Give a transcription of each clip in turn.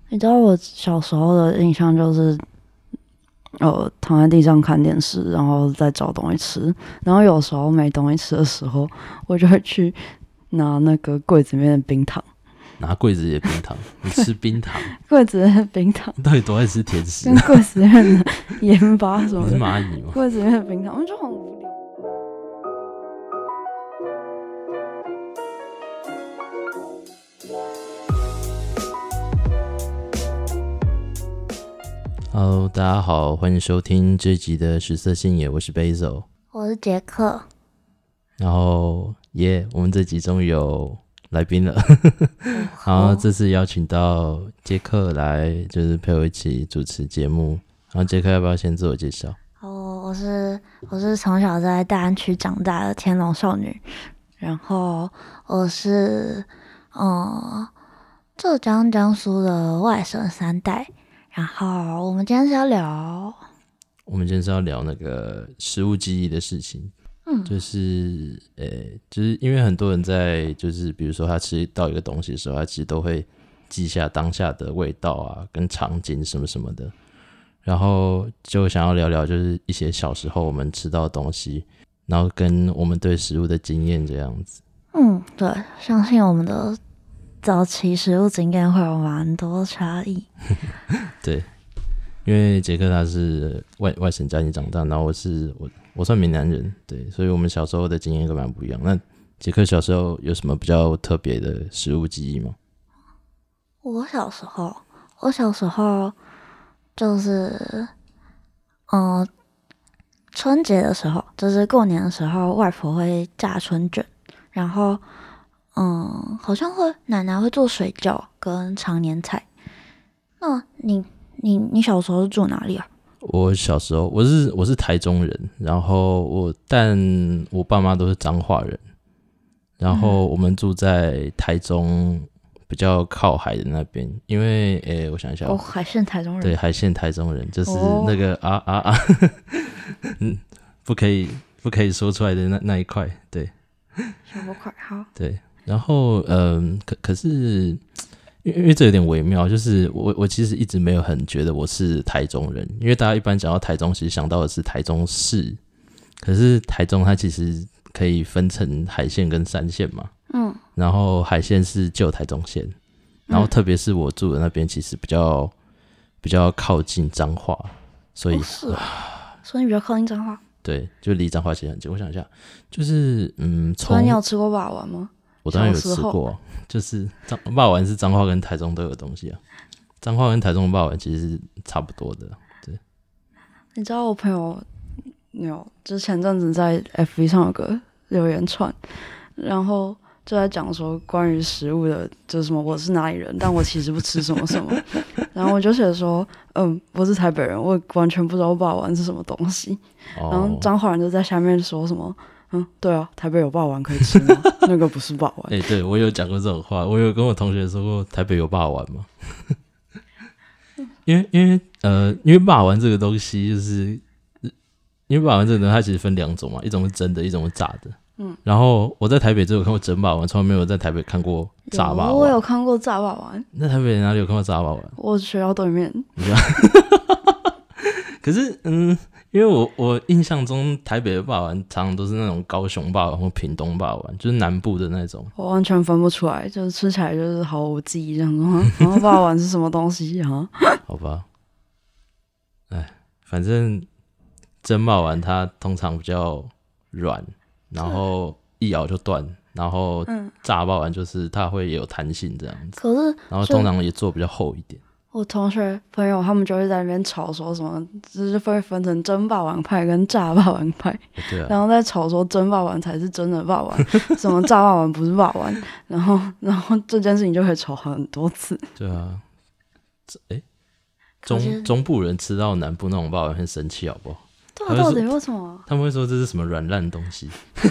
你知道我小时候的印象就是，躺在地上看电视，然后再找东西吃。然后有时候没东西吃的时候，我就会去拿那个柜子里面的冰糖。 拿柜子里的冰糖，你吃冰糖？ 柜子里面的冰糖， 你到底多爱吃甜食？ 跟柜子里面的盐巴什么的。 你是蚂蚁吗？ 柜子里面的冰糖，我就很无聊。 Hello， 大家好，欢迎收听这一集的食色性也，我是 Basil， 我是杰克。 然后我们这集终于有来宾了，然后这次邀请到杰克来，就是陪我一起主持节目。然后杰克要不要先自我介绍？ 我是从小在大安区长大的天龙少女，然后我是浙江江苏的外省3代。然后我们今天是要聊那个食物记忆的事情。就是因为很多人在就是比如说他吃到一个东西的时候，他其实都会记下当下的味道啊跟场景什么什么的，然后就想要聊聊就是一些小时候我们吃到的东西，然后跟我们对食物的经验这样子。 对，相信我们的早期食物经验会有蛮多差异。 对，因为杰克他是外省家庭长大，然后我算闽南人，对，所以我们小时候的经验都蛮不一样。那杰克小时候有什么比较特别的食物记忆吗？ 我小时候就是春节的时候，就是过年的时候，外婆会炸春卷，然后好像奶奶会做水饺跟长年菜。那你小时候是住哪里啊？ 我小时候我是台中人，然后但我爸妈都是彰化人，然后我们住在台中比较靠海的那边，因为我想一下， 海线台中人， 对，海线台中人就是那个不可以说出来的那一块，对， 小波块好， 对，然后可是。因为这有点微妙，就是我其实一直没有很觉得我是台中人，因为大家一般讲到台中，其实想到的是台中市，可是台中它其实可以分成海线跟山线嘛，然后海线是旧台中县，然后特别是我住的那边其实比较靠近彰化，所以所以你比较靠近彰化， 对，就离彰化其实很近。我想一下，就是所以你有吃过肉丸吗？ 我当然有吃过，就是肉丸是彰化跟台中都有东西啊。彰化跟台中的肉丸其实是差不多的，对。 你知道我朋友就是前阵子在 FB 上有个留言串，然后就在讲说关于食物的，就是什么我是哪里人，但我其实不吃什么什么。然后我就写说，我是台北人，我完全不知道肉丸是什么东西。然后彰化人就在下面说什么。对啊，台北有肉丸可以吃吗？那个不是肉丸。 对，我有讲过这种话，我有跟我同学说过台北有肉丸吗？因为肉丸这个东西，就是因为肉丸这个东西它其实分2种嘛，一种是蒸的，一种是炸的。然后我在台北只有看过蒸肉丸，从来没有在台北看过炸肉丸。 我有看过炸肉丸。 那台北哪里有看过炸肉丸？ 我学校对面。 可是因为我印象中台北的肉丸常常都是那种高雄肉丸或屏东肉丸，就是南部的那种。 我完全分不出来，就是吃起来就是毫无记忆这样子。然后肉丸是什么东西啊？ 好吧，反正蒸肉丸它通常比较软，然后一咬就断，然后炸肉丸就是它会有弹性这样子。 可是， 然后通常也做比较厚一点。 我同学朋友他们就会在那边吵说什么，就是会分成蒸肉丸派跟炸肉丸派， 对啊， 然后在吵说蒸肉丸才是真的肉丸，什么炸肉丸不是肉丸，然后这件事情就可以吵很多次。 对啊，中部人吃到南部那种肉丸很生气，好不好？ 对啊，到底为什么？ 他们会说这是什么软烂东西？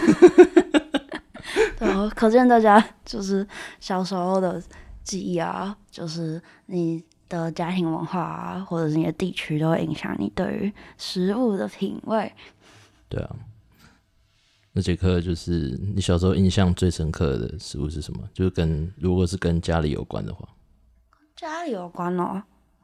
对啊，可见大家就是小时候的记忆啊，就是你的家庭文化啊，或者是你的地区，都会影响你对于食物的品味。 对啊，那杰克就是你小时候印象最深刻的食物是什么？就是如果是跟家里有关的话， 家里有关哦。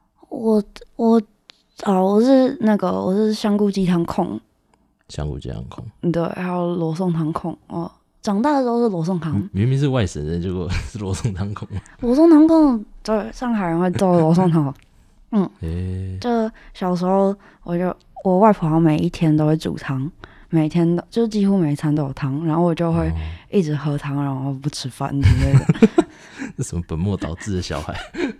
我是香菇鸡汤控， 香菇鸡汤控， 对，还有罗宋汤控哦。长大的时候是罗宋汤， 明明是外省人，结果是罗宋汤控。 罗宋汤控，对，上海人会做罗宋汤。就小时候我外婆好像每一天都会煮汤，每天就几乎每一餐都有汤，然后我就会一直喝汤，然后不吃饭之类的。 这什么本末倒置的小孩？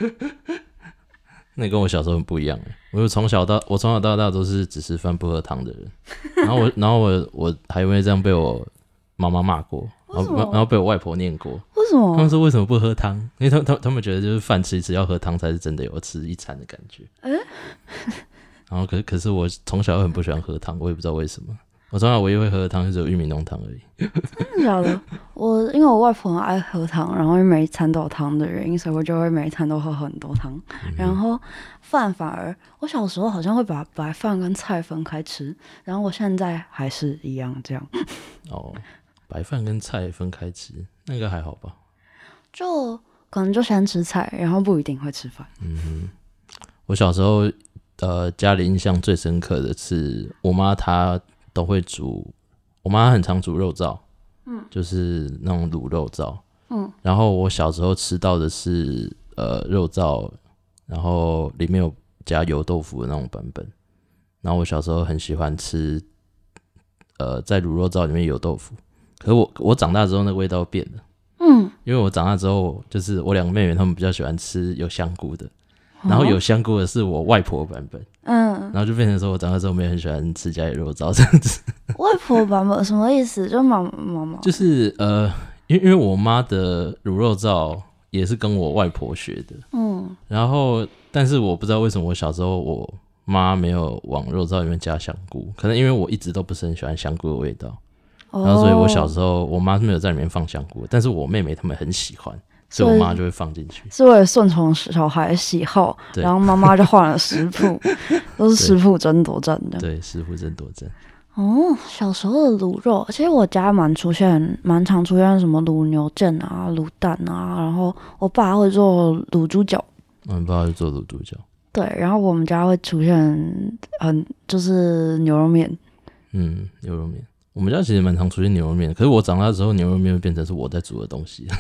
那跟我小时候很不一样。我从小到大都是只吃饭不喝汤的人，然后我还因为这样被我妈妈骂过，然后被我外婆念过。 为什么？ 他们说为什么不喝汤？因为他们觉得就是饭吃一吃要喝汤才是真的有吃一餐的感觉。然后可是我从小很不喜欢喝汤，我也不知道为什么。我从小唯一会喝的汤就只有玉米浓汤而已。 真的假的？因为我外婆很爱喝汤，然后每一餐都有汤的原因，所以我就会每一餐都喝很多汤。然后饭反而我小时候好像会把白饭跟菜分开吃，然后我现在还是一样这样。 白饭跟菜分开吃，那个还好吧？ 就可能就先吃菜，然后不一定会吃饭。 我小时候家里印象最深刻的是我妈她都会煮，我妈很常煮肉燥，就是那种卤肉燥，然后我小时候吃到的是肉燥，然后里面有加油豆腐的那种版本，然后我小时候很喜欢吃在卤肉燥里面有豆腐，可是我长大之后那个味道变了，因为我长大之后就是我两个妹妹她们比较喜欢吃有香菇的，然后有香菇的是我外婆版本，然后就变成说我长大之后没有很喜欢吃家里肉燥这样子。 外婆版本什么意思？就妈妈就是因为我妈的卤肉燥也是跟我外婆学的，然后但是我不知道为什么我小时候我妈没有往肉燥里面加香菇，可能因为我一直都不是很喜欢香菇的味道，然后所以我小时候我妈是没有在里面放香菇，但是我妹妹她们很喜欢。所以我妈就会放进去， 是为了顺从小孩的喜好，然后妈妈就换了食谱，都是食谱争夺战的。 对，食谱争夺战。 小时候的卤肉，其实我家蛮常出现什么卤牛腱啊、卤蛋啊，然后我爸会做卤猪脚， 你爸会做卤猪脚。 对，然后我们家会出现就是牛肉面。 牛肉面，我们家其实蛮常出现牛肉面，可是我长大之后牛肉面会变成是我在煮的东西。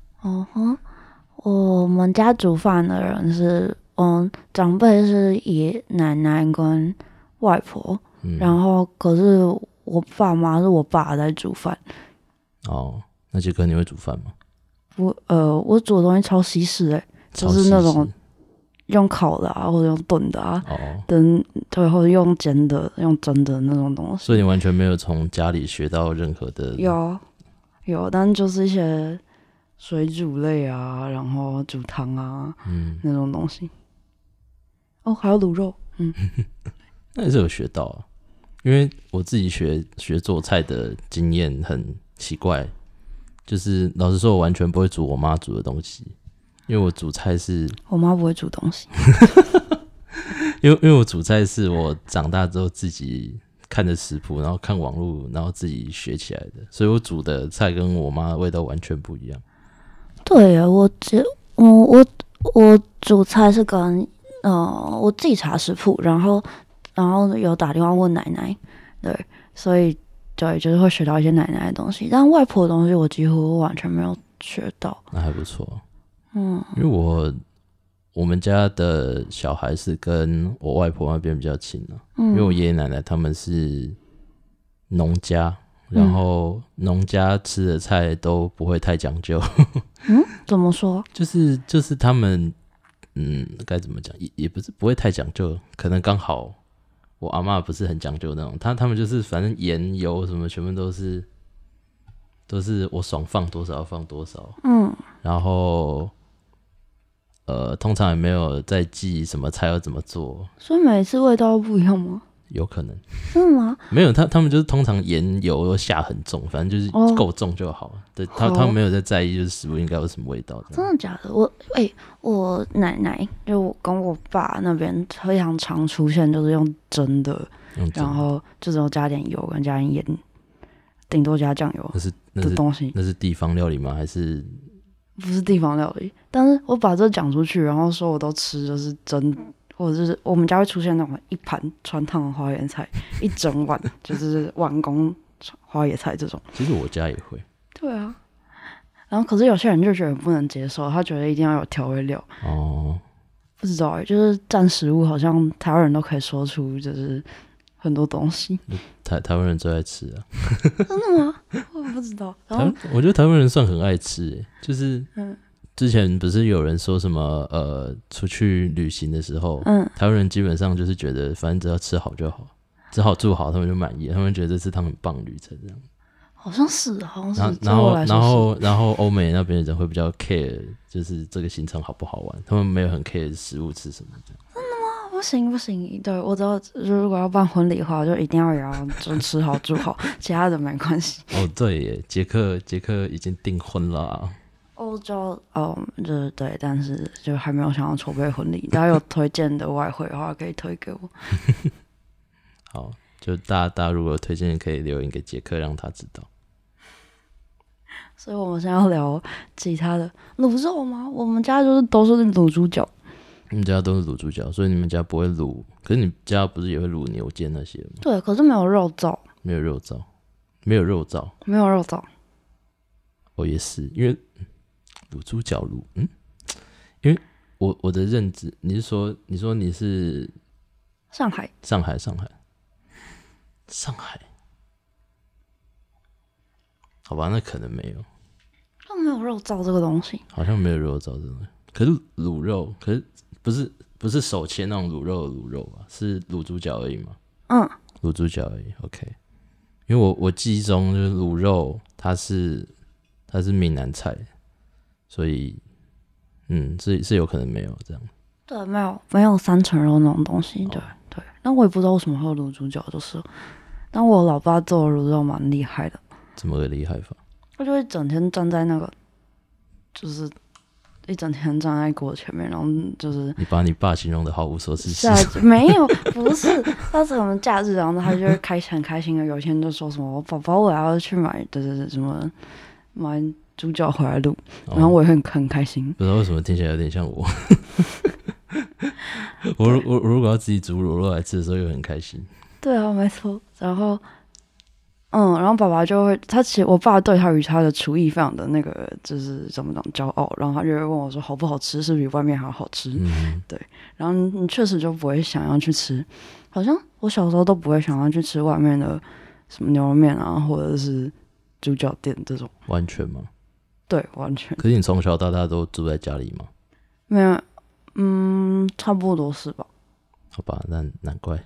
我们家煮饭的人是，长辈是爷奶奶跟外婆，然后可是我爸妈是我爸在煮饭。 那杰克你会煮饭吗？ 我煮的东西超西式就是那种用烤的啊，或者用炖的啊，对，或者用煎的、用蒸的那种东西。 所以你完全没有从家里学到任何的？ 有，但就是一些水煮类啊，然后煮汤啊，那种东西。还有卤肉， 那也是有学到啊。因为我自己学做菜的经验很奇怪，就是老实说，我完全不会煮我妈煮的东西，因为我煮菜是我妈不会煮东西， 因为我煮菜是我长大之后自己看着食谱，然后看网络，然后自己学起来的，所以我煮的菜跟我妈的味道完全不一样。 对，我煮菜是跟我自己查食谱，然后有打电话问奶奶，对，所以对，就是会学到一些奶奶的东西，但外婆的东西我几乎完全没有学到。 那还不错，因为我们家的小孩是跟我外婆那边比较亲因为我爷爷奶奶他们是农家。然后农家吃的菜都不会太讲究。 怎么说？ 就是他们，该怎么讲，也不会太讲究，可能刚好我阿嬷不是很讲究那种，他们就是反正盐油什么全部都是我爽放多少放多少，然后通常也没有在记什么菜要怎么做， 所以每次味道都不一样吗？ 有可能。 真的吗？ 没有，他们就是通常盐油都下很重，反正就是够重就好。对，他们没有在意就是食物应该有什么味道。 真的假的？我奶奶就我跟我爸那边非常常出现就是用蒸的，然后就只有加点油跟加点盐，顶多加酱油的东西。 那是地方料理吗？还是不是地方料理。但是我把这讲出去，然后说我都吃就是真，或者是我们家会出现那种一盘川烫的花椰菜，一整碗就是碗公花椰菜这种。 其实我家也会。 对啊，然后可是有些人就觉得不能接受，他觉得一定要有调味料。 哦， 不知道欸，就是蘸食物，好像台湾人都可以说出就是很多东西。 台湾人最爱吃啊。 真的吗？我不知道。然后我觉得台湾人算很爱吃欸，就是嗯之前不是有人说什么出去旅行的时候，台湾人基本上就是觉得反正只要吃好就好，吃好住好他们就满意，他们觉得这是他们很棒的旅程这样。 好像是，好像是。 然后欧美那边的人会比较 care， 就是这个行程好不好玩，他们没有很 care 食物吃什么这样。 不行不行，对我知道，如果要办婚礼的话，就一定要就吃好住好，其他的没关系。 哦，对耶，捷克已经订婚了啊。 欧洲就是对，但是就还没有想要筹备婚礼。大家有推荐的外汇的话，可以推给我。 好，就大家如果有推荐，可以留言给捷克，让他知道。 所以我们现在要聊其他的卤肉吗？我们家就是都是卤猪脚。 你们家都是卤猪脚，所以你们家不会卤，可是你家不是也会卤牛腱那些吗？ 对，可是没有肉燥。 没有肉燥，没有肉燥， 没有肉燥。 我也是，因为卤猪脚因为我的认知，你说你是上海， 好吧，那可能没有， 它没有肉燥这个东西， 好像没有肉燥这种。可是卤肉，可是不是手切那种卤肉的卤肉吧？是卤猪脚而已嘛？卤猪脚而已。OK， 因为我记忆中就是卤肉，它是闽南菜，所以是有可能没有这样。 对，没有三层肉那种东西，对。但我也不知道为什么会有卤猪脚，就是。但我老爸做的卤肉蛮厉害的。 怎么个厉害法？ 他就会整天站在那个，就是一整天站在锅前面，然后就是你把你爸形容的毫无所事事。 没有，不是，他是我们假日，然后他就会很开心的，有一天就说什么宝宝我要去买什么买猪脚回来卤，然后我也很开心。 不知道为什么听起来有点像我。我如果要自己煮卤肉来吃的时候，又很开心。 对啊，没错。然后爸爸就会，其实我爸对他的厨艺非常的那个，就是怎么讲骄傲，然后他就会问我说好不好吃，是比外面还好吃。对，然后你确实就不会想要去吃，好像我小时候都不会想要去吃外面的什么牛肉面啊，或者是猪脚店这种。 完全吗？ 对，完全。 可是你从小到大都住在家里吗？ 没有，差不多是吧？ 好吧，那难怪。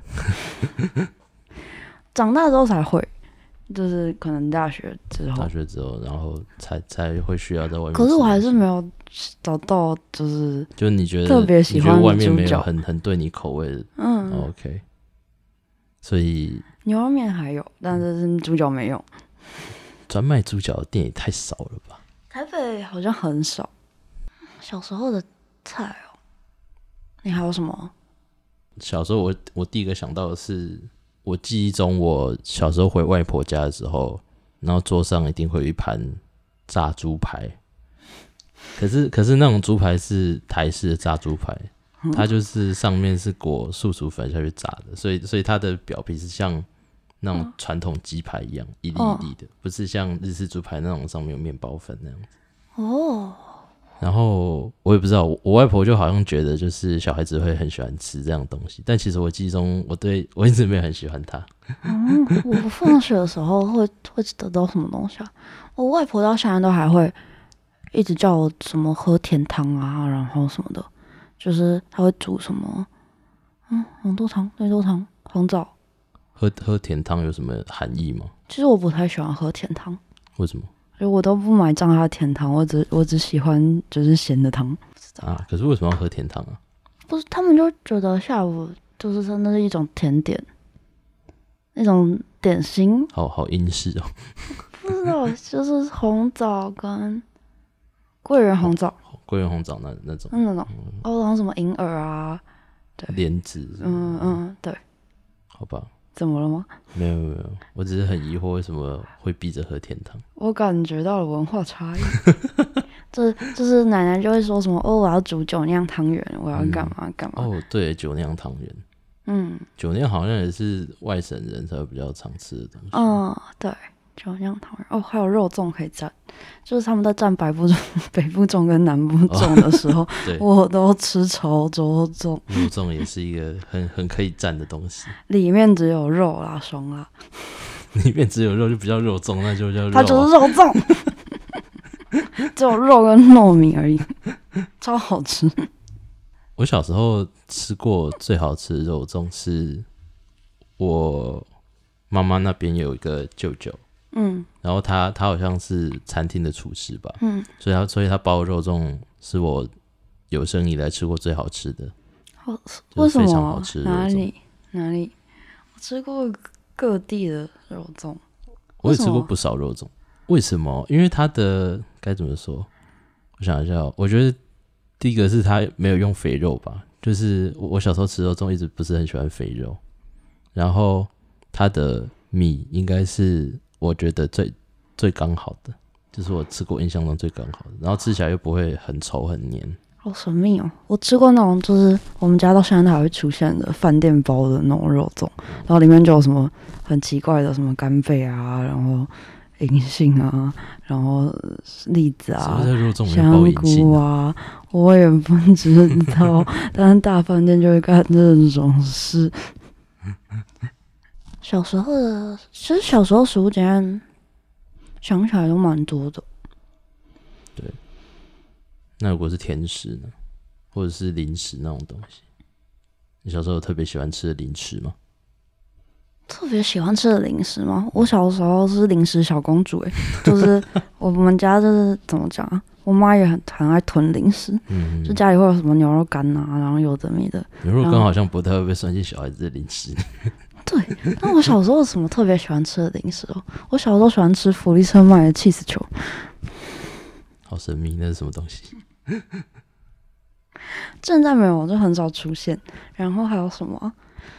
长大之后才会。就是可能大学之后， 然后才会需要在外面。 可是我还是没有找到，就是你觉得特别喜欢外面没有很对你口味的，OK。所以牛肉面还有，但是猪脚没有。 专卖猪脚的店也太少了吧？ 台北好像很少。小时候的菜你还有什么？ 小时候我第一个想到的是。我记忆中，我小时候回外婆家的时候，然后桌上一定会有一盘炸猪排。可是那种猪排是台式的炸猪排，它就是上面是裹素薯粉下去炸的，所以它的表皮是像那种传统鸡排一样一粒一粒的，不是像日式猪排那种上面有面包粉那样子。然后我也不知道，我外婆就好像觉得就是小孩子会很喜欢吃这样的东西，但其实我记忆中我一直没有很喜欢它。 我放学的时候会得到什么东西啊？我外婆到现在都还会一直叫我什么喝甜汤啊，然后什么的，就是她会煮什么红豆汤、绿豆汤、红枣。 喝甜汤有什么含义吗？ 其实我不太喜欢喝甜汤。 为什么？ 我都不买账他的甜汤，我只喜欢就是咸的汤。 可是为什么要喝甜汤啊？ 不是，他们就觉得下午就是真的是一种甜点，一种点心。 好英式哦。 不知道，就是红枣跟桂圆红枣， 桂圆红枣那种， 然后什么银耳啊，对， 莲子， 对。 好吧。 怎么了吗？ 没有，我只是很疑惑为什么会逼着喝甜汤。 我感觉到了文化差异。 就是奶奶就会说什么哦，我要煮酒酿汤圆，我要干嘛干嘛。 哦，对，酒酿汤圆，酒酿好像也是外省人才会比较常吃的东西。 对，酒酿汤圆哦，还有肉粽可以蘸，就是他们在蘸北部粽跟南部粽的时候，我都吃超多粽。 肉粽也是一个很可以蘸的东西， 里面只有肉啦，爽啦。 里面只有肉就不叫肉粽，那就叫肉、 它就是肉粽，只有肉跟糯米而已，超好吃。 我小时候吃过最好吃的肉粽是我妈妈那边有一个舅舅，然后他好像是餐厅的厨师吧，所以他包的肉粽是我有生以来吃过最好吃的。 为什么？ 非常好吃的肉粽。 哪里？我吃过各地的肉粽， 我也吃过不少肉粽。为什么？因为它的该怎么说？我想一下我觉得第一个是它没有用肥肉吧，就是我小时候吃肉粽一直不是很喜欢肥肉，然后它的米应该是我觉得最刚好的，就是我吃过印象中最刚好的，然后吃起来又不会很稠很黏。 好神秘哦！我吃过那种，就是我们家到现在还会出现的饭店包的那种肉粽，然后里面就有什么很奇怪的什么干贝啊，然后银杏啊，然后栗子啊，香菇啊，我也不知道，但是大饭店就会干这种事。小时候的，其实小时候食物经验想起来都蛮多的。 对。那如果是甜食呢，或者是零食那种东西，你小时候有特别喜欢吃的零食吗？ 特别喜欢吃的零食吗？我小时候是零食小公主就是我们家就是怎么讲啊，我妈也很爱囤零食，就家里会有什么牛肉干啊，然后有的没的。 牛肉干好像不太会被算进小孩子的零食。 对，那我小时候有什么特别喜欢吃的零食哦？我小时候喜欢吃福利社卖的起司球。 好神秘，那是什么东西？ 现在没有，就很少出现。然后还有什么？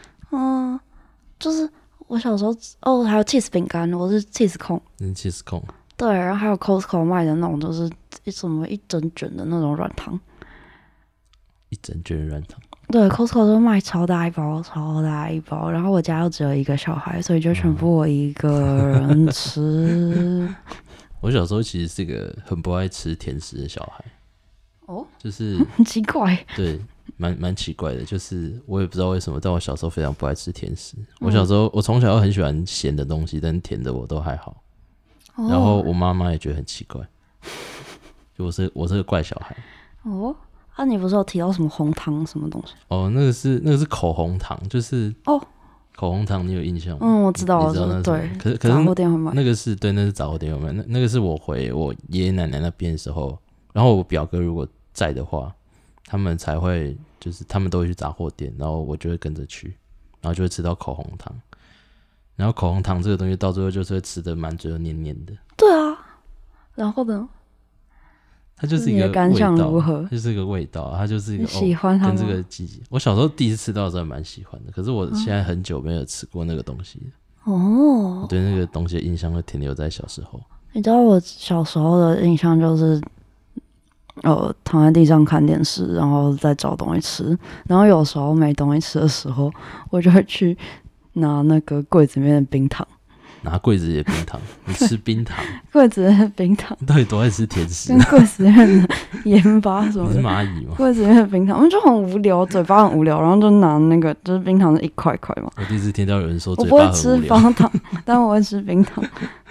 就是我小时候还有 cheese 饼干，我是 cheese 控。 cheese 控。 对，然后还有 Costco 卖的那种，就是什么一整卷的那种软糖。 一整卷软糖。 对 ，Costco 都卖超大一包，超大一包。然后我家又只有一个小孩，所以就全部我一个人吃。 我小时候其实是个很不爱吃甜食的小孩。就是很奇怪。 对，蛮奇怪的，就是我也不知道为什么，但我小时候非常不爱吃甜食。我小时候我从小很喜欢咸的东西，但甜的我都还好。然后我妈妈也觉得很奇怪，就我是个怪小孩。 你不是有提到什么红糖什么东西？ 那个是口红糖，就是口红糖，你有印象吗？ 我知道，对。可是杂货店会卖。 那个是对，那是杂货店有卖。那个是我回我爷爷奶奶那边的时候，然后我表哥如果在的话，他们才会，就是他们都会去杂货店，然后我就会跟着去，然后就会吃到口红糖。然后口红糖这个东西到最后就是会吃的满嘴都黏黏的。 对啊，然后呢？ 它就是一个味道， 感想如何？ 就是一个味道，它就是一个喜欢它吗？ 跟这个季节，我小时候第一次吃到的时候蛮喜欢的，可是我现在很久没有吃过那个东西我对那个东西的印象会停留在小时候。 你知道我小时候的印象就是躺在地上看电视，然后再找东西吃，然后有时候没东西吃的时候，我就会去拿那个柜子里面的冰糖。 拿柜子里的冰糖？你吃冰糖？ 柜子里的冰糖？ 到底多爱吃甜食？ 跟柜子里面的盐巴什么的？ 你是蚂蚁吗？ 柜子里面的冰糖，我们就很无聊，嘴巴很无聊，然后就拿那个就是冰糖是一块块嘛。 我第一次听到有人说嘴巴很无聊。我不会吃方糖，但我会吃冰糖。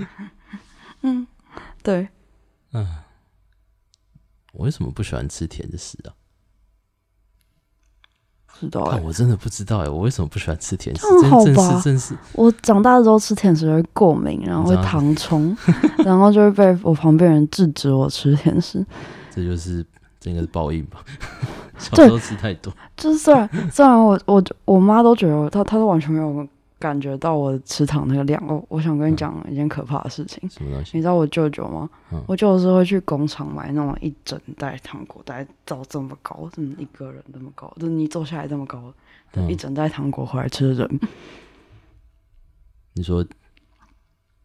对。 我为什么不喜欢吃甜食啊？ 不知道我真的不知道我为什么不喜欢吃甜食？真是我长大之后吃甜食会过敏，然后会糖冲，然后就会被我旁边人制止我吃甜食。 这应该是报应吧？小时候吃太多。 就是虽然我妈都觉得她都完全没有感觉到我吃糖那个量。我想跟你讲一件可怕的事情。 什么东西？ 你知道我舅舅吗？我舅舅是会去工厂买那种一整袋糖果，大概到这么高，这么一个人这么高，就是你坐下来这么高的一整袋糖果回来吃的人。 你说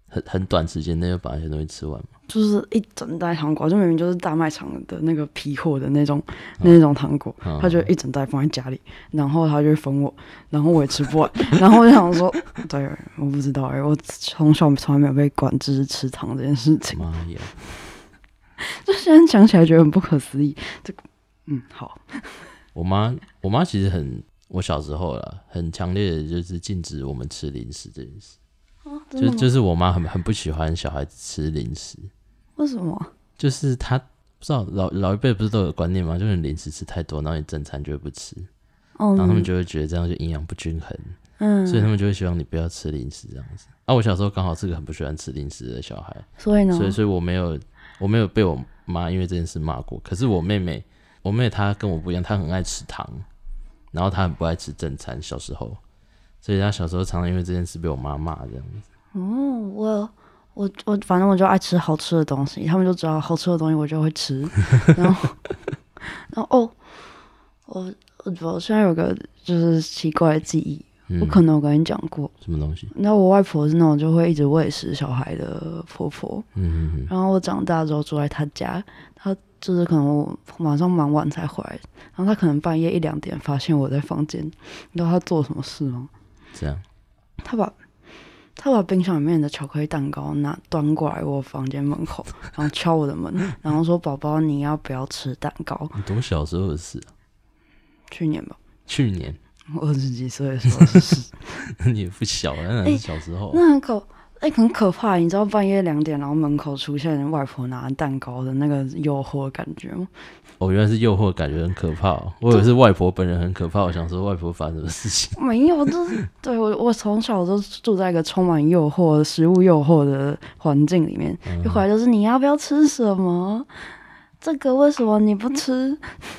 很短时间内就把那些东西吃完吗？ 就是一整袋糖果，就明明就是大卖场的那个批货的那种糖果，他就一整袋放在家里，然后他就会分我，然后我也吃不完，然后我就想说，对，我不知道我从小从来没有被管制吃糖这件事情， 妈呀！ 就现在想起来觉得很不可思议。这个，好。 我妈其实我小时候啦，很强烈的就是禁止我们吃零食这件事。就是我妈很不喜欢小孩子吃零食。 为什么？ 就是她不知道老一辈不是都有观念吗？就是零食吃太多，然后你正餐就会不吃，然后他们就会觉得这样就营养不均衡，所以他们就会希望你不要吃零食这样子。我小时候刚好是个很不喜欢吃零食的小孩， 所以呢， 所以我没有被我妈因为这件事骂过。可是我妹她跟我不一样，她很爱吃糖，然后她很不爱吃正餐，小时候，所以她小时候常常因为这件事被我妈骂这样子。 我反正我就爱吃好吃的东西，他们就知道好吃的东西我就会吃，然后我现在有个就是奇怪的记忆，我可能有跟你讲过什么东西？ 那我外婆是那种就会一直喂食小孩的婆婆，然后我长大之后住在她家，她就是可能我晚上忙完才回来，然后她可能半夜1-2点发现我在房间，你知道她做什么事吗？ 这样， 他把冰箱里面的巧克力蛋糕端过来我房间门口，然后敲我的门，然后说：“宝宝，你要不要吃蛋糕？” 你多小时候的事啊？ 去年吧。 去年我20几岁的时候的事。 那你也不小了，那是小时候。 那很可怕，你知道半夜2点，然后门口出现外婆拿蛋糕的那个诱惑感觉吗？ 原来是诱惑，感觉很可怕我以为是外婆本人很可怕，我想说外婆发生什么事情。 没有，就是对我从小就住在一个充满诱惑、食物诱惑的环境里面，一回来就是你要不要吃什么？这个为什么你不吃？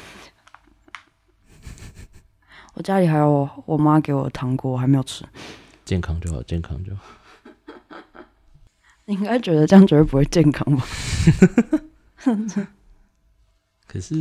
我家里还有我妈给我的糖果，我还没有吃。 健康就好，健康就好。 你应该觉得这样绝对不会健康吧？ 可是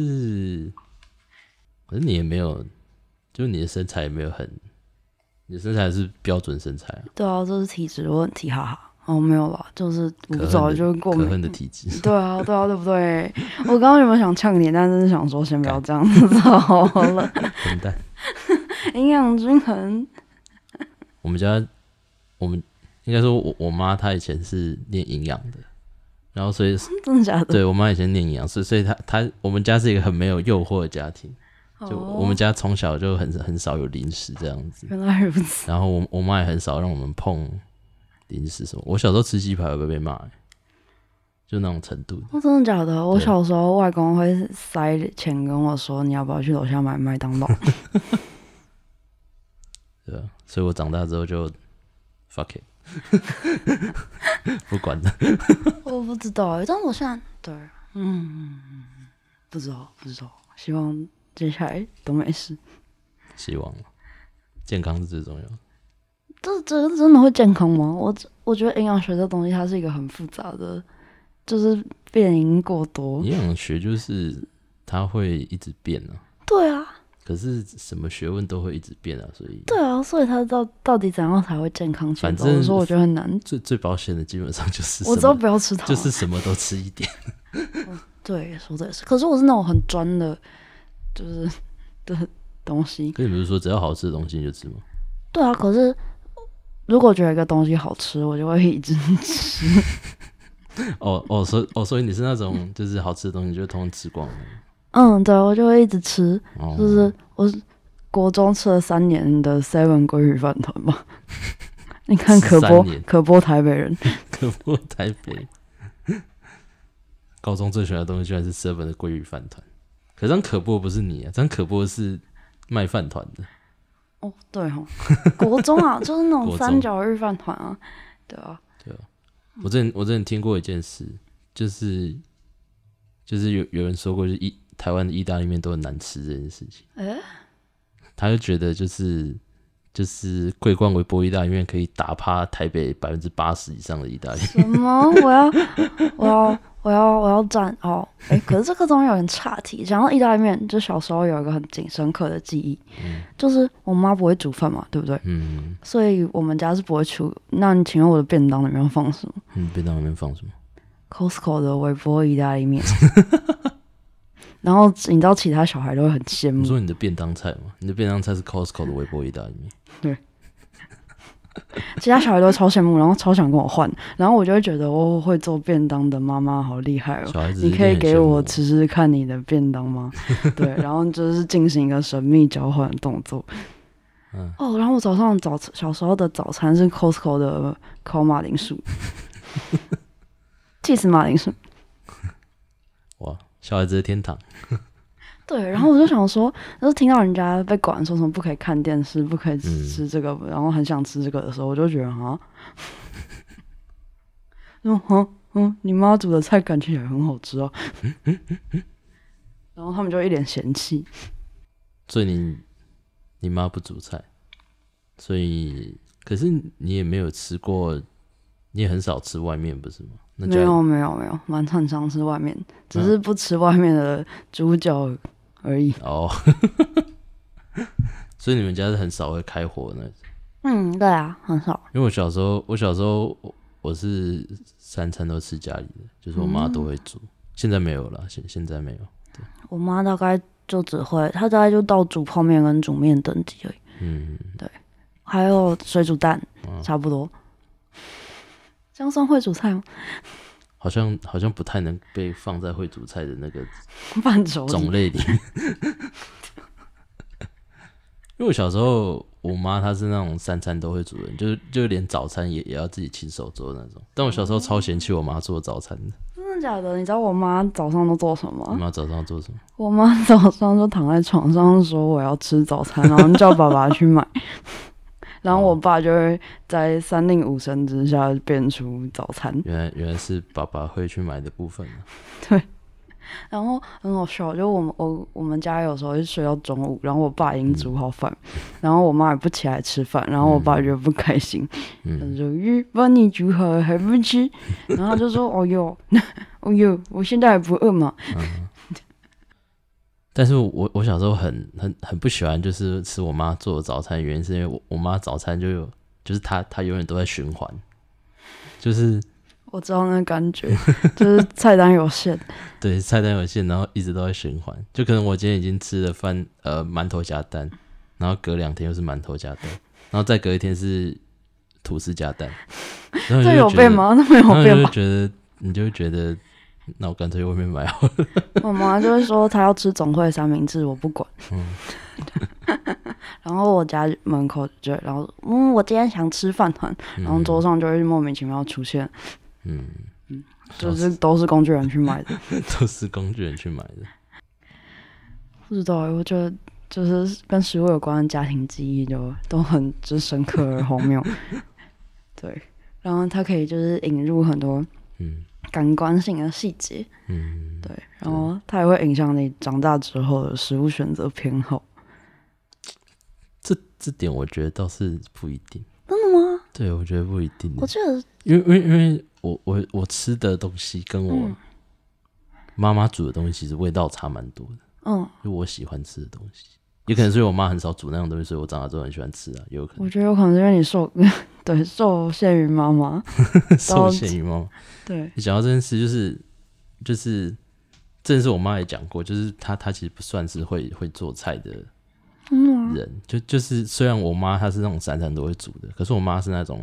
你也没有，就你的身材也没有你的身材是标准身材啊。 对啊，这是体质问题，哈哈。没有啦，就是我不知道，就是过敏。 可恨的体质。 对啊，对不对？我刚刚有没有想呛你？但是想说先不要这样子好了。 笨蛋。 营养均衡。 我们应该说我妈她以前是念营养的。然后所以真的假的？ 对，我妈以前念营养，所以我们家是一个很没有诱惑的家庭，就我们家从小就很少有零食这样子。 原来如此。 然后我妈也很少让我们碰零食什么。我小时候吃鸡排会被骂，就那种程度。 真的假的？我小时候外公会塞钱跟我说：“你要不要去楼下买麦当劳？” 对啊，所以我长大之后就 fuck it。不管了。 我不知道但我现在对，不知道，希望接下来都没事。 希望健康是最重要的。 这真的会健康吗？我觉得营养学这东西它是一个很复杂的，就是变因过多。 营养学就是它会一直变啊。 对啊。 可是什么学问都会一直变啊，所以对啊，所以它到底怎样才会健康？ 反正我觉得很难。 最保险的基本上就是我知道不要吃糖， 就是什么都吃一点。 对，说的也是。可是我是那种很专的，就是的东西。 可你不是说只要好吃的东西你就吃吗？ 对啊，可是如果觉得一个东西好吃，我就会一直吃。 所以你是那种就是好吃的东西就会通通吃光了。 对，我就会一直吃，就是我国中吃了3年的 Seven 鲑鱼饭团嘛。你看可播台北人， 可播台北。高中最喜欢的东西居然是 Seven 的鲑鱼饭团，可是这样可播不是你啊，这样可播是卖饭团的。 对哦，国中啊，就是那种三角日饭团啊，对啊。 我之前听过一件事，就是有人说过，就是台湾的意大利面都很难吃这件事情。他就觉得就是桂冠微波意大利面可以打趴台北80%以上的意大利面。 什么？我我要蘸哦，可是这个东西有点岔题。讲到意大利面，就小时候有一个很深刻的记忆，就是我妈不会煮饭嘛，对不对？所以我们家是不会出。那你请问我的便当里面放什么？ 便当里面放什么 ？Costco 的微波意大利面。然后你知道其他小孩都会很羡慕。 你说你的便当菜吗？你的便当菜是 Costco 的微波意大利面？ 对。其他小孩都超羡慕，然后超想跟我换，然后我就会觉得我会做便当的妈妈好厉害哦！你可以给我吃吃看你的便当吗？对，然后就是进行一个神秘交换的动作。然后我小时候的早餐是 Costco 的烤马铃薯，气死马铃薯！ 哇，小孩子的天堂。 对，然后我就想说，就是听到人家被管说什么不可以看电视，不可以吃这个，然后很想吃这个的时候，我就觉得你妈煮的菜感起来很好吃哦。然后他们就一脸嫌弃。 所以你妈不煮菜，所以可是你也没有吃过，你也很少吃外面不是吗？ 没有，蛮常吃外面，只是不吃外面的猪脚而已。 所以你们家是很少会开火的那种？ 对啊，很少。 因为我小时候我是3餐都吃家里的，就是我妈都会煮。现在没有了，现在没有。对，我妈大概就她大概就到煮泡面跟煮面等级而已。对，还有水煮蛋，差不多。这样算会煮菜吗？ 好像不太能被放在会煮菜的那个范畴种类里。因为我小时候，我妈她是那种3餐都会煮的，就连早餐也要自己亲手做的那种。但我小时候超嫌弃我妈做早餐的。 真的假的？你知道我妈早上都做什么吗？ 你妈早上做什么？ 我妈早上就躺在床上说我要吃早餐，然后叫爸爸去买。然后我爸就会在3令5申之下变出早餐。 原来是爸爸会去买的部分。 对。然后很好笑，就我们家有时候就睡到中午，然后我爸已经煮好饭，然后我妈也不起来吃饭，然后我爸就不开心，他就说：“帮你煮好了还不吃？”然后他就说：“哦哟，我现在还不饿嘛。” 但是我小时候很不喜欢就是吃我妈做的早餐，原因是因为我妈早餐就是她永远都在循环，就是我知道那个感觉，就是菜单有限。 对，菜单有限，然后一直都在循环。就可能我今天已经吃了饭，馒头加蛋，然后隔2天又是馒头加蛋，然后再隔1天是吐司加蛋。然后这有变吗？那没有变吗？ 你就会觉得，那我干脆外面买好了。 我妈就会说她要吃总会3明治，我不管。然后我家门口然后我今天想吃饭团，然后桌上就会莫名其妙出现。就是都是工具人去买的。 都是工具人去买的。 不知道，我觉得就是跟食物有关的家庭记忆都很就是深刻而荒谬。对，然后它可以就是引入很多感官性的细节。对，然后它也会影响你长大之后的食物选择偏好。 这点我觉得倒是不一定。 真的吗？ 对，我觉得不一定。 我觉得， 因为我吃的东西跟我妈妈煮的东西其实味道差蛮多的。就我喜欢吃的东西，也可能是因为我妈很少煮那种东西，所以我长大之后很喜欢吃啊，也有可能。 我觉得有可能是因为你受限于妈妈， 受限于妈妈。 对， 你讲到这件事，就是这件事，我妈也讲过，就是她其实不算是会做菜的人，就是虽然我妈她是那种3餐都会煮的，可是我妈是那种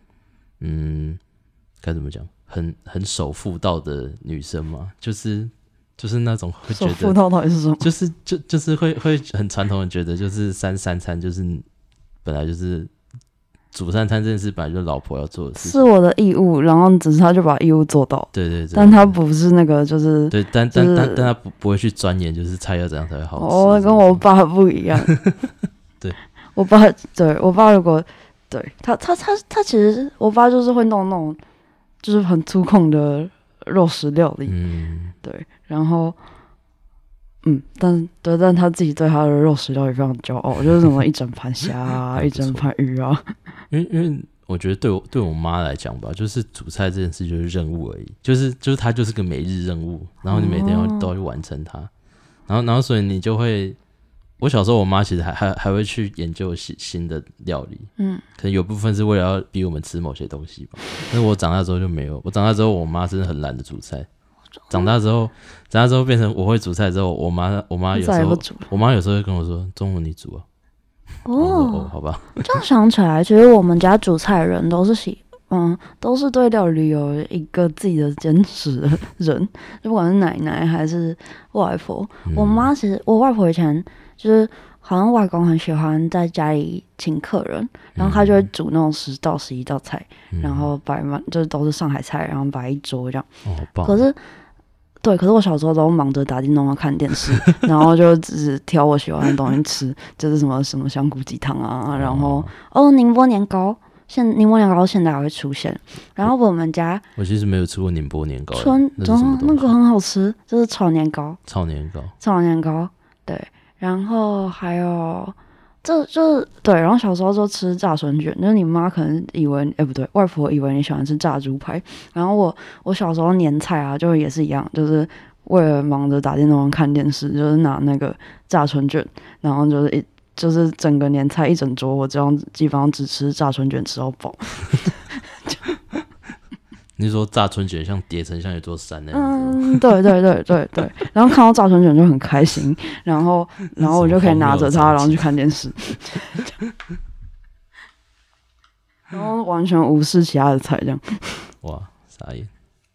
该怎么讲，很守妇道的女生嘛，就是那种会觉得守妇道到底是什么？ 就是会很传统的觉得，就是三餐就是本来就是煮3餐这件事本来就是老婆要做的事情， 是我的义务，然后只是他就把义务做到。 对， 但他不是那个就是对，但他不会去钻研，就是菜要怎样才会好吃。 跟我爸不一样。 对， 我爸如果对他其实我爸就是会弄那种就是很粗犷的肉食料理。对，然后但他自己对他的肉食料理非常骄傲，就是什么一整盘虾啊，一整盘鱼啊。 因为我觉得对我妈来讲吧，就是煮菜这件事就是任务而已，就是它就是个每日任务，然后你每天都要去完成它，然后所以你就会，我小时候我妈其实还会去研究新的料理，可能有部分是为了要逼我们吃某些东西吧。但是我长大之后就没有，我长大之后我妈真的很懒得煮菜。长大之后变成我会煮菜之后，我妈有时候会跟我说中午你煮啊。哦，好吧。 这样想起来，其实我们家煮菜的人都是对料理有一个自己的坚持的人，就不管是奶奶还是外婆。我妈其实我外婆以前就是好像外公很喜欢在家里请客人，然后他就会煮那种10到11道菜，然后摆满就是都是上海菜，然后摆一桌这样。 好棒。 可是我小时候都忙着打电动啊、看电视，然后就只挑我喜欢的东西吃，就是什么香菇鸡汤啊，然后宁波年糕。宁波年糕现在还会出现，然后我们家我其实没有吃过宁波年糕， 那个很好吃，就是炒年糕，对，然后还有就是对，然后小时候就吃炸春卷，就是你妈可能以为不对，外婆以为你喜欢吃炸猪排，然后我小时候年菜啊，就也是一样，就是为了忙着打电动看电视，就是拿那个炸春卷，然后就是整个年菜一整桌，我这样基本上只吃炸春卷吃到饱。 你是说炸春卷像叠成像一座山那样子？ 对。然后看到炸春卷就很开心，然后我就可以拿着它，然后去看电视，然后完全无视其他的菜这样。 哇，傻眼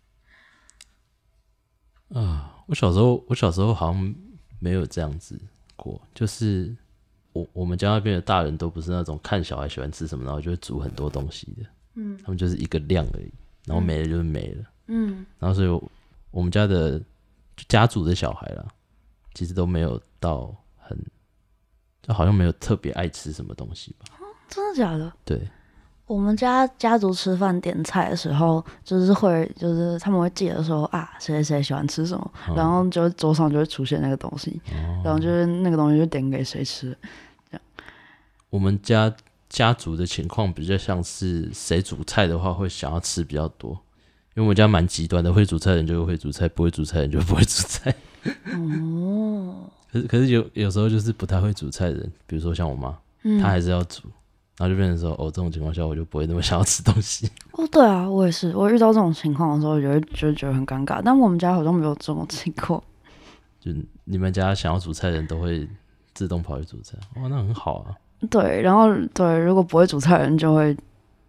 啊！我小时候好像没有这样子过，就是我们家那边的大人都不是那种看小孩喜欢吃什么，然后就会煮很多东西的，他们就是一个量而已，然后没了就是没了，然后所以我们家的家族的小孩啦，其实都没有到就好像没有特别爱吃什么东西吧？ 真的假的？ 对。 我们家族吃饭点菜的时候，就是他们会记得说啊，谁喜欢吃什么，然后就桌上就会出现那个东西，然后就是那个东西就点给谁吃。这样， 我们家族的情况比较像是谁煮菜的话会想要吃比较多，因为我们家蛮极端的，会煮菜的人就会煮菜，不会煮菜的人就不会煮菜。可是有时候就是不太会煮菜的人，比如说像我妈，她还是要煮。然后就变成说，这种情况下我就不会那么想要吃东西。 对啊，我也是。我遇到这种情况的时候，就觉得很尴尬。但我们家好像没有这种情况。 就你们家想要煮菜的人都会自动跑去煮菜，哇，那很好啊。 对，然后对，如果不会煮菜的人就会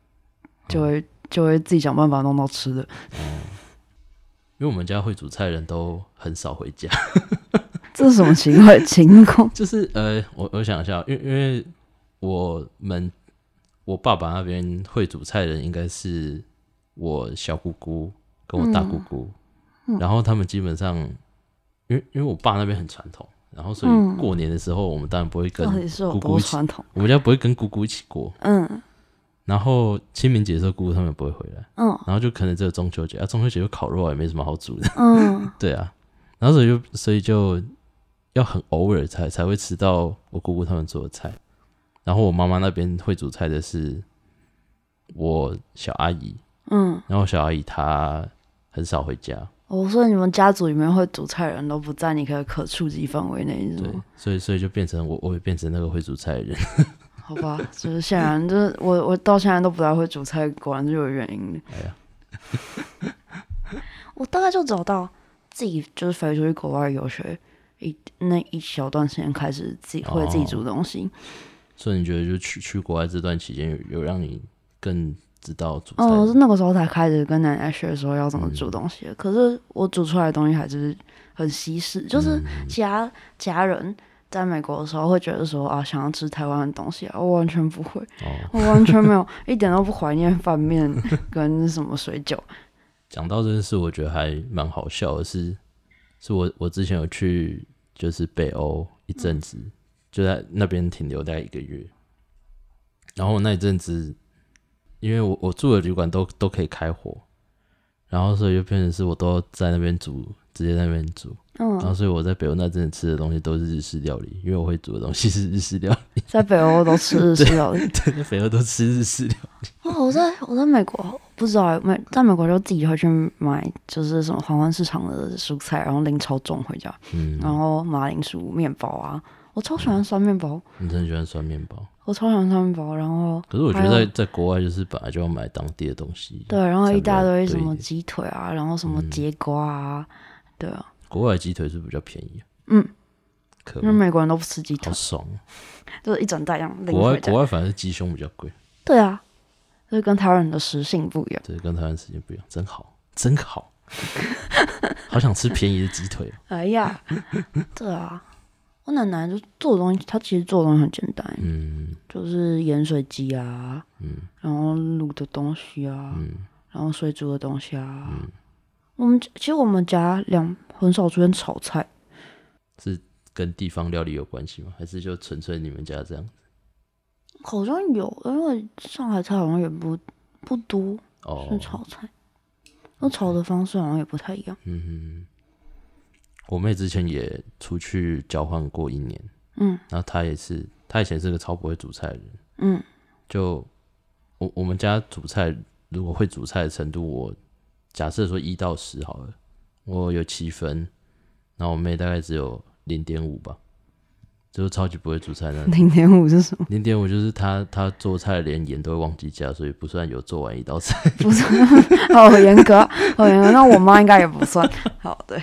自己想办法弄到吃的。 因为我们家会煮菜的人都很少回家。 这是什么情况？ 就是我想一下，因为我爸爸那边会煮菜的人应该是我小姑姑跟我大姑姑，然后他们基本上，因为我爸那边很传统，然后所以过年的时候我们当然不会跟姑姑一起，我们家不会跟姑姑一起过，然后清明节的时候姑姑他们不会回来，然后就可能只有中秋节，中秋节就烤肉也没什么好煮的，对啊，然后所以就要很偶尔才会吃到我姑姑他们做的菜。然后我妈妈那边会煮菜的是我小阿姨，然后小阿姨她很少回家。 所以你们家族里面会煮菜的人都不在你可触及范围内，是吗？ 对，所以就变成我会变成那个会煮菜的人。 好吧，就是显然就是我到现在都不太会煮菜，果然就有原因的。 哎呀， 我大概就找到自己就是飞出去国外游学那一小段时间开始自己煮东西。 所以你觉得就去国外这段期间有让你更知道煮菜？ 我是那个时候才开始跟奶奶学说要怎么煮东西的。可是我煮出来的东西还是很西式，就是家人在美国的时候会觉得说啊，想要吃台湾的东西啊，我完全不会，我完全没有一点都不怀念饭面跟什么水饺。 讲到这件事，我觉得还蛮好笑的是我之前有去就是北欧一阵子。就在那边停留大概1个月，然后那一阵子，因为我住的旅馆都可以开火， 然后所以就变成是我都在那边煮，直接在那边煮。然后所以我在北欧那阵吃的东西都是日式料理，因为我会煮的东西是日式料理。 在北欧都吃日式料理， 对，在北欧都吃日式料理。 我在美国不知道，在美国就自己会去买，就是什么黄昏市场的蔬菜，然后拎超重回家，然后马铃薯面包啊，我超喜欢酸面包。 你真的喜欢酸面包？ 我超喜欢酸面包，然后可是我觉得在国外就是本来就要买当地的东西。 对，然后一大堆什么鸡腿啊，然后什么节瓜啊，对啊。 国外的鸡腿是不是比较便宜？ 因为美国人都不吃鸡腿， 好爽， 就是一整袋这样拎回家。 国外反而是鸡胸比较贵。 对啊，就是跟台湾人的食性不一样。 对，跟台湾食性不一样，真好，真好，好想吃便宜的鸡腿。 哎呀，对啊，我奶奶就做的东西，她其实做的东西很简单，就是盐水鸡啊，然后卤的东西啊，然后水煮的东西啊。其实我们家很少出现炒菜， 是跟地方料理有关系吗？还是就纯粹你们家这样子？ 好像有，因为上海菜好像也不多是炒菜，那炒的方式好像也不太一样。 我妹之前也出去交换过1年，然后她以前是个超不会煮菜的人，就我们家煮菜，如果会煮菜的程度，我假设说1到10好了，我有7分，然后我妹大概只有0.5吧，就是超级不会煮菜那种。 0.5是什么 ？0.5就是她做菜连盐都会忘记加，所以不算有做完1道菜。 不算，好严格，好严格。那我妈应该也不算。好，对。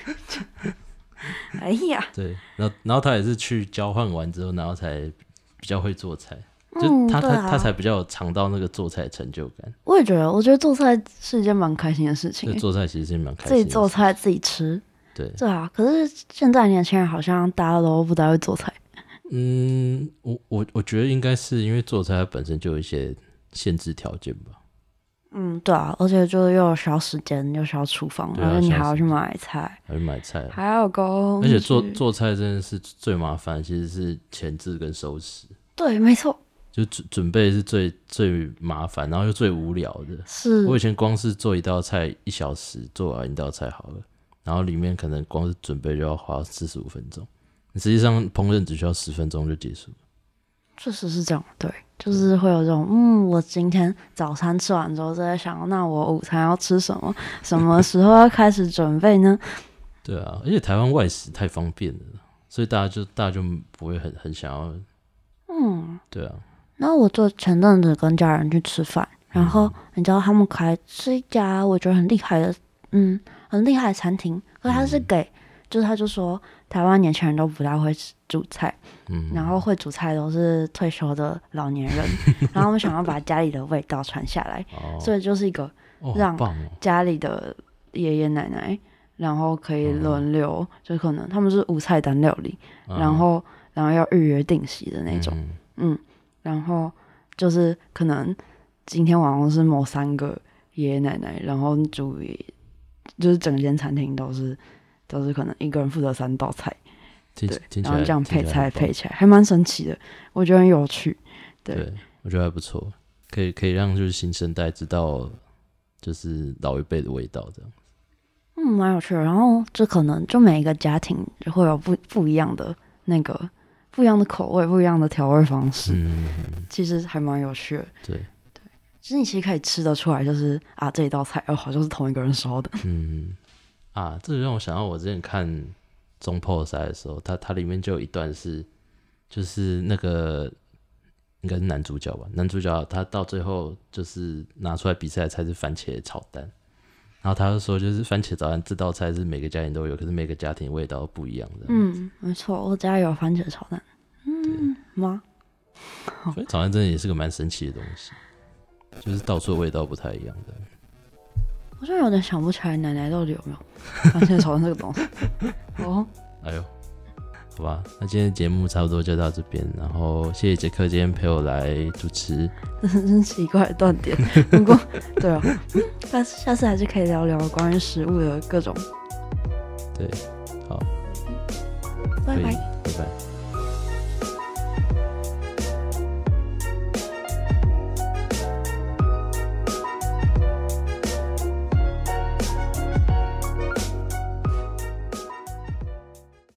哎呀， 对，然后她也是去交换完之后，然后才比较会做菜。就他才比较有尝到那个做菜的成就感。 我也觉得做菜是一件蛮开心的事情。 对，做菜其实是蛮开心的。 自己做菜自己吃。 对。 对啊，可是现在年轻人好像大家都不太会做菜。 我觉得应该是因为做菜它本身就有一些限制条件吧。 对啊，而且就又需要时间，又需要厨房，而且你还要去买菜，还要工具。 而且做菜真的是最麻烦，其实是前置跟收拾。 对，没错。 就准备是最麻烦，然后又最无聊的。 是我以前光是做一道菜1小时做完1道菜好了，然后里面可能光是准备就要花45分钟，实际上烹饪只需要10分钟就结束了。 确实是这样，对，就是会有这种我今天早餐吃完之后就在想，那我午餐要吃什么，什么时候要开始准备呢？ 对啊，而且台湾外食太方便了，所以大家就不会很想要。对啊。 然后我就前阵子跟家人去吃饭，然后你知道他们是一家我觉得很厉害的，很厉害的餐厅，可是他是就是他就说台湾年轻人都不太会煮菜，然后会煮菜都是退休的老年人，然后他们想要把家里的味道传下来，所以就是一个让家里的爷爷奶奶，然后可以轮流，就可能他们是无菜单料理，然后要预约定席的那种，然后就是可能今天晚上是某3个爷爷奶奶，然后就是整间餐厅都是可能一个人负责3道菜，对，然后这样配菜配起来还蛮神奇的，我觉得很有趣。对， 我觉得还不错，可以让就是新生代知道就是老一辈的味道这样。 蛮有趣的。然后就可能就每一个家庭就会有不一样的不一样的口味，不一样的调味方式，其实还蛮有趣的。 对， 其实你其实可以吃得出来，就是这一道菜好像是同一个人烧的。 这就让我想到我之前看中破赛的时候，它里面就有一段是，就是那个应该是男主角吧，男主角他到最后就是拿出来比赛的菜是番茄炒蛋，然后他就说就是番茄炒蛋这道菜是每个家庭都有，可是每个家庭味道不一样的。 没错，我家有番茄炒蛋。吗？ 番茄炒蛋真的也是个蛮神奇的东西，就是到处的味道不太一样的。 好像有点想不起来奶奶到底有没有番茄炒蛋这个东西。 哎呦，好吧，那今天的节目差不多就到这边，然后谢谢杰克今天陪我来主持。 真奇怪的断点，不过对啊，下次还是可以聊聊关于食物的各种。 对，好， 拜拜， 拜拜。